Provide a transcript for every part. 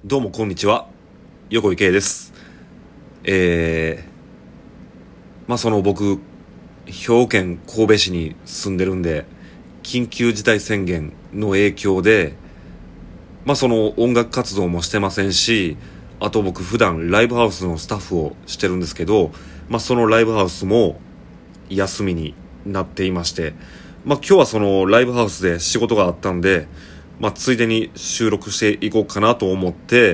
どうもこんにちは、横井圭です。僕、兵庫県神戸市に住んでるんで、緊急事態宣言の影響で、音楽活動もしてませんし、あと僕普段ライブハウスのスタッフをしてるんですけど、そのライブハウスも休みになっていまして、今日はそのライブハウスで仕事があったんで、ついでに収録していこうかなと思って、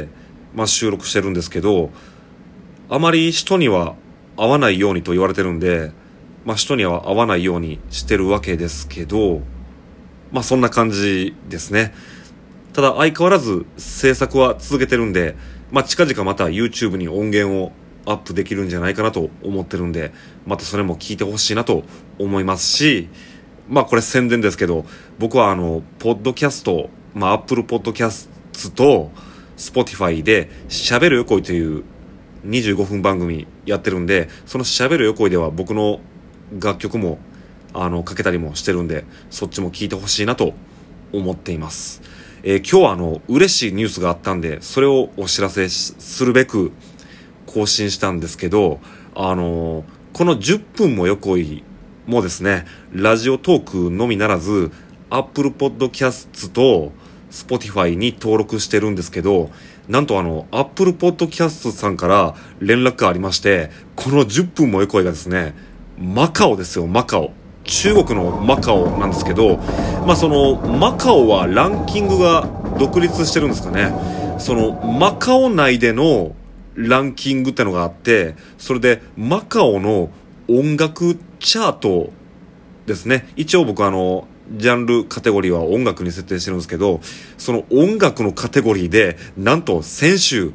収録してるんですけど、あまり人には会わないようにと言われてるんで、人には会わないようにしてるわけですけど、そんな感じですね。ただ相変わらず制作は続けてるんで、近々また YouTube に音源をアップできるんじゃないかなと思ってるんで、またそれも聞いてほしいなと思いますし、これ宣伝ですけど、僕はポッドキャスト、Apple Podcast と Spotify で喋る横井という25分番組やってるんで、その喋る横井では僕の楽曲もかけたりもしてるんで、そっちも聞いてほしいなと思っています。今日は嬉しいニュースがあったんで、それをお知らせするべく更新したんですけど、この10分も横井もですね、ラジオトークのみならず Apple Podcast と Spotify に登録してるんですけど、なんとApple Podcast さんから連絡がありまして、この10分も横井がですね、マカオですよ、マカオ、中国のマカオなんですけど、そのマカオはランキングが独立してるんですかね。そのマカオ内でのランキングってのがあって、それでマカオの音楽チャートですね。一応僕ジャンルカテゴリーは音楽に設定してるんですけど、その音楽のカテゴリーでなんと先週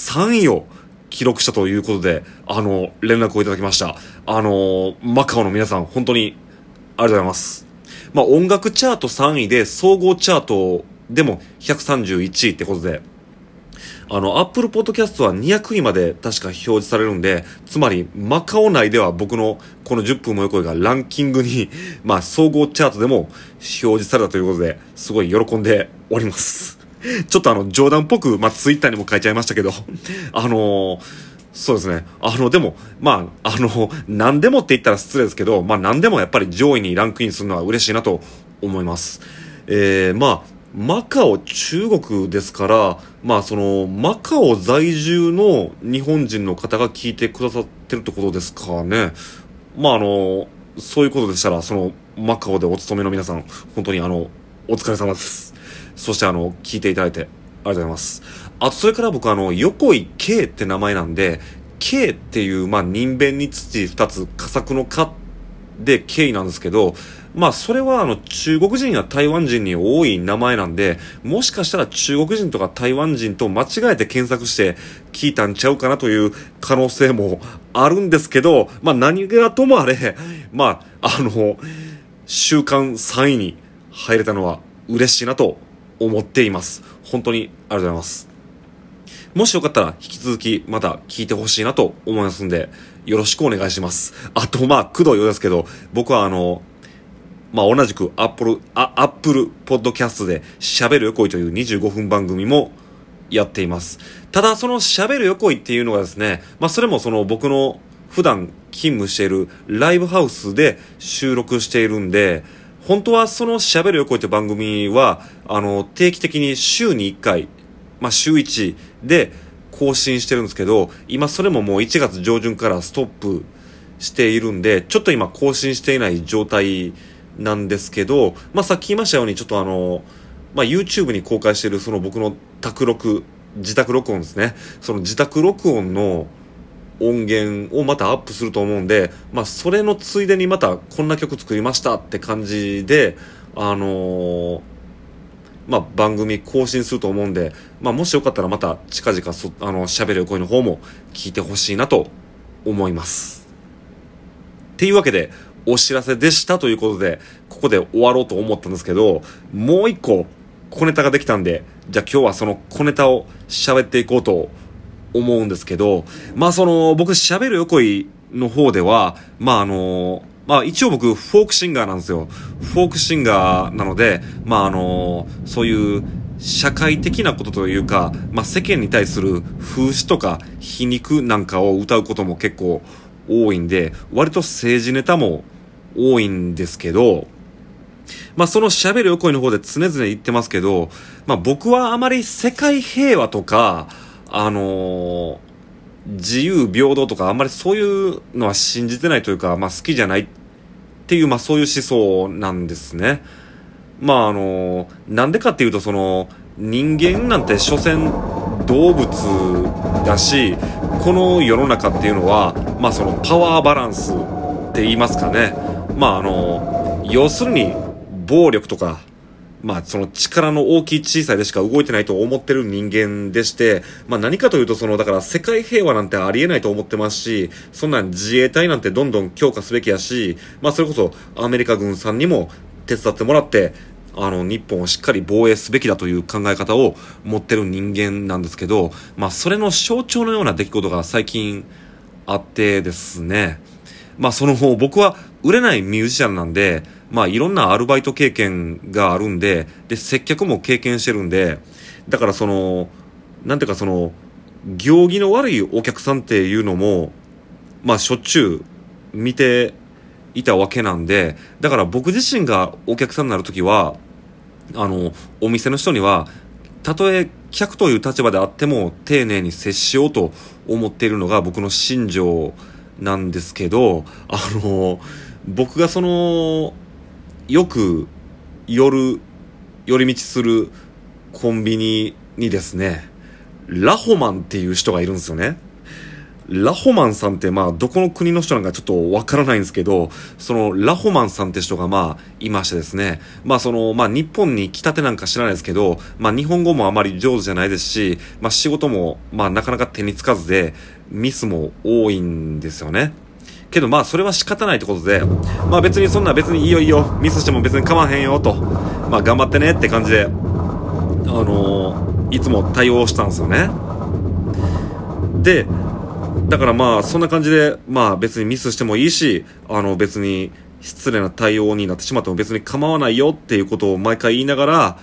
3位を記録したということで連絡をいただきました。マカオの皆さん本当にありがとうございます。音楽チャート3位で総合チャートでも131位ってことで、Apple Podcast は200位まで確か表示されるんで、つまりマカオ内では僕のこの10分も横井がランキングに総合チャートでも表示されたということで、すごい喜んでおります。ちょっと冗談っぽくツイッターにも書いちゃいましたけどそうですね。でも、何でもって言ったら失礼ですけど、何でもやっぱり上位にランクインするのは嬉しいなと思います。マカオ、中国ですから、マカオ在住の日本人の方が聞いてくださってるってことですかね。そういうことでしたら、マカオでお勤めの皆さん、本当にお疲れ様です。そして聞いていただいて、ありがとうございます。あと、それから僕横井圭って名前なんで、圭っていう、人弁に土二つ、佳作の佳で圭なんですけど、それは中国人や台湾人に多い名前なんで、もしかしたら中国人とか台湾人と間違えて検索して聞いたんちゃうかなという可能性もあるんですけど、何がともあれ、週間3位に入れたのは嬉しいなと思っています。本当にありがとうございます。もしよかったら引き続きまた聞いてほしいなと思いますんで、よろしくお願いします。あとくどいようですけど、僕は同じくアップルポッドキャストで喋る横井という25分番組もやっています。ただその喋る横井っていうのがですね、それも僕の普段勤務しているライブハウスで収録しているんで、本当はその喋る横井という番組は定期的に週に1回、週1で更新してるんですけど、今それももう1月上旬からストップしているんで、ちょっと今更新していない状態なんですけど、さっき言いましたように、ちょっとYouTube に公開している僕の自宅録音ですね。その自宅録音の音源をまたアップすると思うんで、それのついでにまたこんな曲作りましたって感じで、番組更新すると思うんで、もしよかったらまた近々喋る声の方も聞いてほしいなと思います。っていうわけで、お知らせでしたということで、ここで終わろうと思ったんですけど、もう一個小ネタができたんで、じゃあ今日はその小ネタを喋っていこうと思うんですけど、僕喋る横井の方では、一応僕フォークシンガーなんですよ。フォークシンガーなので、そういう社会的なことというか、世間に対する風刺とか皮肉なんかを歌うことも結構多いんで、割と政治ネタも多いんですけど、その喋る声の方で常々言ってますけど、僕はあまり世界平和とか、自由平等とかあんまりそういうのは信じてないというか、好きじゃないっていう、そういう思想なんですね。なんでかっていうと、人間なんて所詮動物だし、この世の中っていうのは、パワーバランスって言いますかね。要するに、暴力とか、その力の大きい小さいでしか動いてないと思ってる人間でして、何かというとだから世界平和なんてありえないと思ってますし、そんなん自衛隊なんてどんどん強化すべきやし、それこそアメリカ軍さんにも手伝ってもらって、日本をしっかり防衛すべきだという考え方を持ってる人間なんですけど、それの象徴のような出来事が最近あってですね、僕は売れないミュージシャンなんで、いろんなアルバイト経験があるんで、接客も経験してるんで、だからなんていうか行儀の悪いお客さんっていうのも、しょっちゅう見ていたわけなんで、だから僕自身がお客さんになるときは、お店の人には、たとえ客という立場であっても丁寧に接しようと思っているのが僕の信条なんですけど、僕がよく寄り道するコンビニにですね、ラホマンっていう人がいるんですよね。ラホマンさんってどこの国の人なんかちょっとわからないんですけど、そのラホマンさんって人がいましてですね、日本に来たてなんか知らないですけど、日本語もあまり上手じゃないですし、仕事もなかなか手につかずで、ミスも多いんですよね。けどそれは仕方ないってことで、別にそんな別にいいよいいよ、ミスしても別に構わへんよと、頑張ってねって感じで、いつも対応したんですよね。で、だからそんな感じで、別にミスしてもいいし、別に失礼な対応になってしまっても別に構わないよっていうことを毎回言いながら、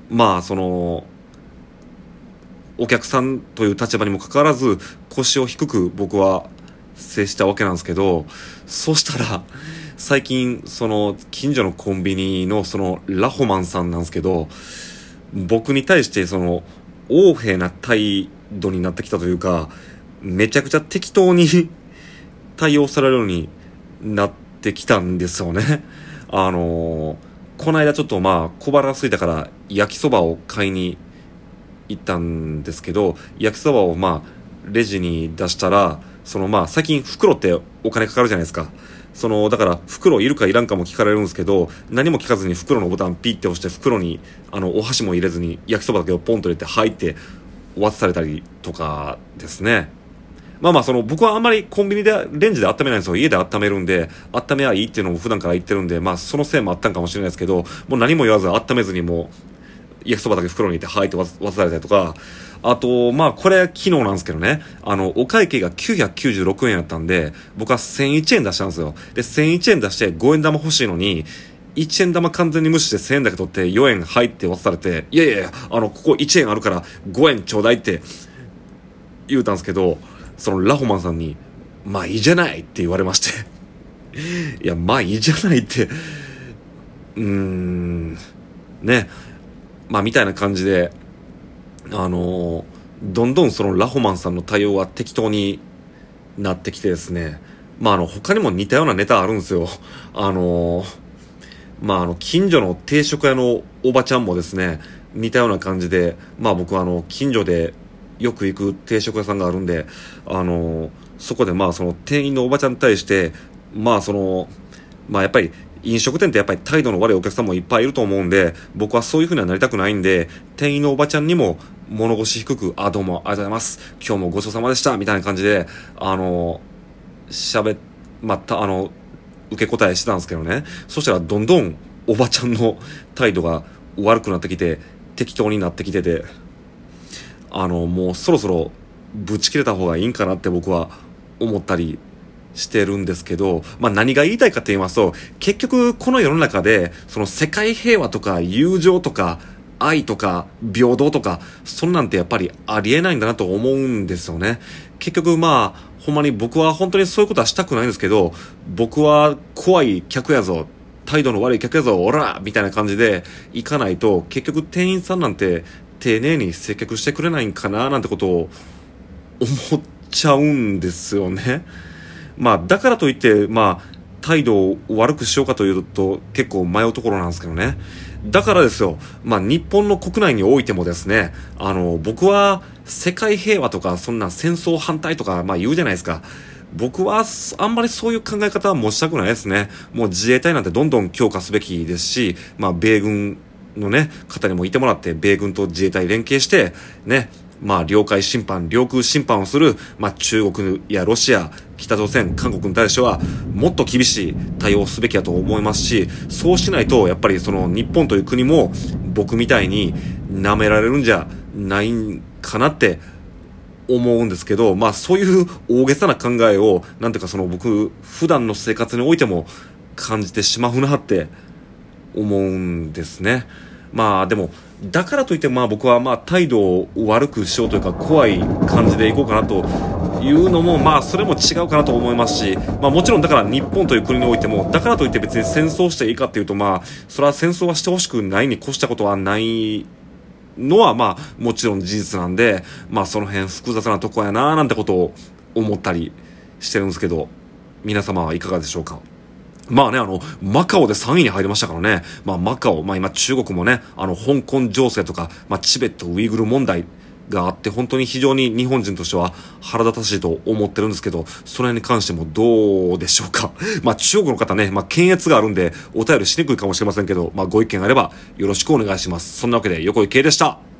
お客さんという立場にもかかわらず腰を低く僕は接したわけなんですけど、そうしたら最近近所のコンビニのラホマンさんなんですけど、僕に対して横柄な態度になってきたというか、めちゃくちゃ適当に対応されるようになってきたんですよね。この間ちょっと小腹空いたから焼きそばを買いに行ったんですけど、焼きそばをレジに出したら、最近袋ってお金かかるじゃないですか。だから袋いるかいらんかも聞かれるんですけど、何も聞かずに袋のボタンピッて押して袋にお箸も入れずに焼きそばだけをポンと入れて入って渡されたりとかですね。僕はあんまりコンビニでレンジで温めないんですよ。家で温めるんで、温めはいいっていうのも普段から言ってるんで、そのせいもあったんかもしれないですけど、もう何も言わず温めずにもう焼きそばだけ袋に入れて入って渡されたりとか、あとこれ昨日なんですけどね、お会計が996円やったんで、僕は1001円出したんですよ。で1001円出して5円玉欲しいのに、1円玉完全に無視して1000円だけ取って4円入って渡されて、いやいやいや、ここ1円あるから5円ちょうだいって言うたんですけど、ラホマンさんにいいじゃないって言われましていやいいじゃないってね、みたいな感じでどんどんラホマンさんの対応は適当になってきてですね、他にも似たようなネタあるんですよ。近所の定食屋のおばちゃんもですね、似たような感じで、僕は近所でよく行く定食屋さんがあるんで、そこで店員のおばちゃんに対して、やっぱり飲食店ってやっぱり態度の悪いお客さんもいっぱいいると思うんで、僕はそういう風にはなりたくないんで、店員のおばちゃんにも物腰低く、どうもありがとうございます、今日もごちそうさまでしたみたいな感じで受け答えしてたんですけどね。そしたらどんどんおばちゃんの態度が悪くなってきて、適当になってきてて、もうそろそろぶち切れた方がいいんかなって僕は思ったりしてるんですけど、何が言いたいかと言いますと、結局この世の中で世界平和とか友情とか愛とか平等とかそんなんてやっぱりありえないんだなと思うんですよね。結局ほんまに僕は本当にそういうことはしたくないんですけど、僕は怖い客やぞ、態度の悪い客やぞ、オラみたいな感じで行かないと、結局店員さんなんて丁寧に接客してくれないんかななんてことを思っちゃうんですよね。だからといって態度を悪くしようかというと結構迷うところなんですけどね。だからですよ、日本の国内においてもですね、僕は世界平和とかそんな戦争反対とか言うじゃないですか。僕はあんまりそういう考え方は持ちたくないですね。もう自衛隊なんてどんどん強化すべきですし、米軍のね方にもいてもらって、米軍と自衛隊連携してね、領海侵犯、領空侵犯をする、中国やロシア、北朝鮮、韓国に対してはもっと厳しい対応をすべきだと思いますし、そうしないとやっぱりその日本という国も僕みたいに舐められるんじゃないんかなって思うんですけど、そういう大げさな考えをなんていうかその僕普段の生活においても感じてしまうなって思うんですね。でもだからといって僕は態度を悪くしようというか怖い感じでいこうかなというのもそれも違うかなと思いますし、もちろんだから日本という国においてもだからといって別に戦争していいかっていうとそれは戦争はしてほしくないに越したことはないのはもちろん事実なんで、その辺複雑なとこやななんてことを思ったりしてるんですけど、皆様はいかがでしょうか。マカオで3位に入りましたからね。マカオ、今中国もね、香港情勢とか、チベットウイグル問題があって、本当に非常に日本人としては腹立たしいと思ってるんですけど、それに関してもどうでしょうか。中国の方ね、検閲があるんで、お便りしにくいかもしれませんけど、ご意見あればよろしくお願いします。そんなわけで、横井圭でした。